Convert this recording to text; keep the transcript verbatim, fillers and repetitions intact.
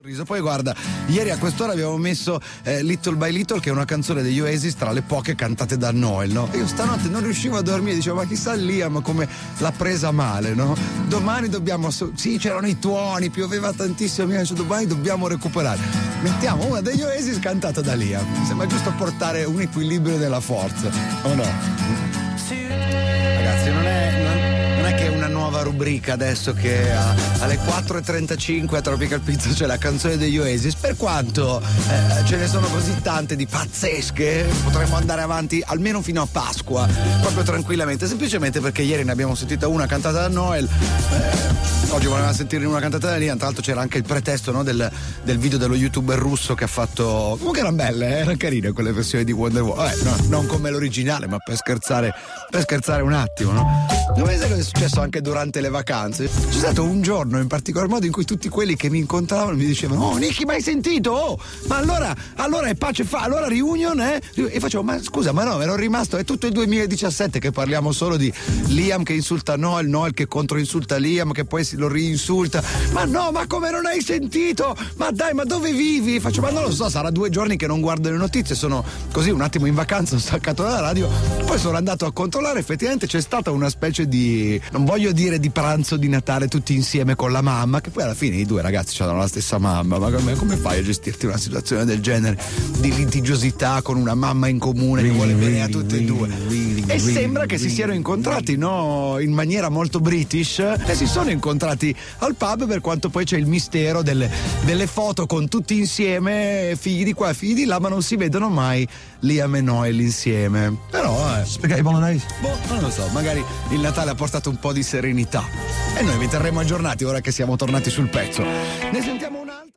Poi guarda, ieri a quest'ora abbiamo messo eh, Little by Little, che è una canzone degli Oasis tra le poche cantate da Noel, no? E io stanotte non riuscivo a dormire, dicevo ma chissà Liam come l'ha presa male, no? Domani dobbiamo, sì c'erano i tuoni, pioveva tantissimo, io domani dobbiamo recuperare, mettiamo una degli Oasis cantata da Liam, mi sembra giusto portare un equilibrio della forza, o no? Ragazzi, non è, non, non è che una nuova rubrica adesso che a, alle quattro e trentacinque a Tropical Pizza c'è la canzone degli Oasis, per quanto eh, ce ne sono così tante di pazzesche, potremmo andare avanti almeno fino a Pasqua proprio tranquillamente, semplicemente perché ieri ne abbiamo sentita una cantata da Noel, eh, oggi volevamo sentirne una cantata da Liam, tra l'altro c'era anche il pretesto, no, del, del video dello youtuber russo che ha fatto, comunque erano belle, eh, erano carine quelle versioni di Wonder Woman, eh, no, non come l'originale, ma per scherzare per scherzare un attimo, no? Non sai cosa è successo anche durante le vacanze? C'è stato un giorno in particolar modo in cui tutti quelli che mi incontravano mi dicevano: oh Nicky, ma hai sentito? Oh, ma allora allora è pace fa, allora reunion, eh? E facevo: ma scusa, ma no, ero rimasto, è tutto il duemiladiciassette che parliamo solo di Liam che insulta Noel, Noel che controinsulta Liam, che poi lo rinsulta. Ma no, ma come non hai sentito? Ma dai, ma dove vivi? Faccio: ma non lo so, sarà due giorni che non guardo le notizie, sono così un attimo in vacanza, ho staccato dalla radio, poi sono andato a controllare, effettivamente c'è stata una specie di, non voglio dire di pranzo di Natale tutti insieme con la mamma, che poi alla fine i due ragazzi hanno la stessa mamma, ma come, come fai a gestirti una situazione del genere di litigiosità con una mamma in comune che vuole bene a tutti e due? E sembra che si siano incontrati, no, in maniera molto british, e si sono incontrati al pub, per quanto poi c'è il mistero delle, delle foto con tutti insieme, figli di qua, figli di là, ma non si vedono mai Liam e Noel insieme. Però eh, spaghetti bolognese, boh, non lo so, magari il Natale ha portato un po' di serenità e noi vi terremo aggiornati ora che siamo tornati sul pezzo. Ne sentiamo un'altra.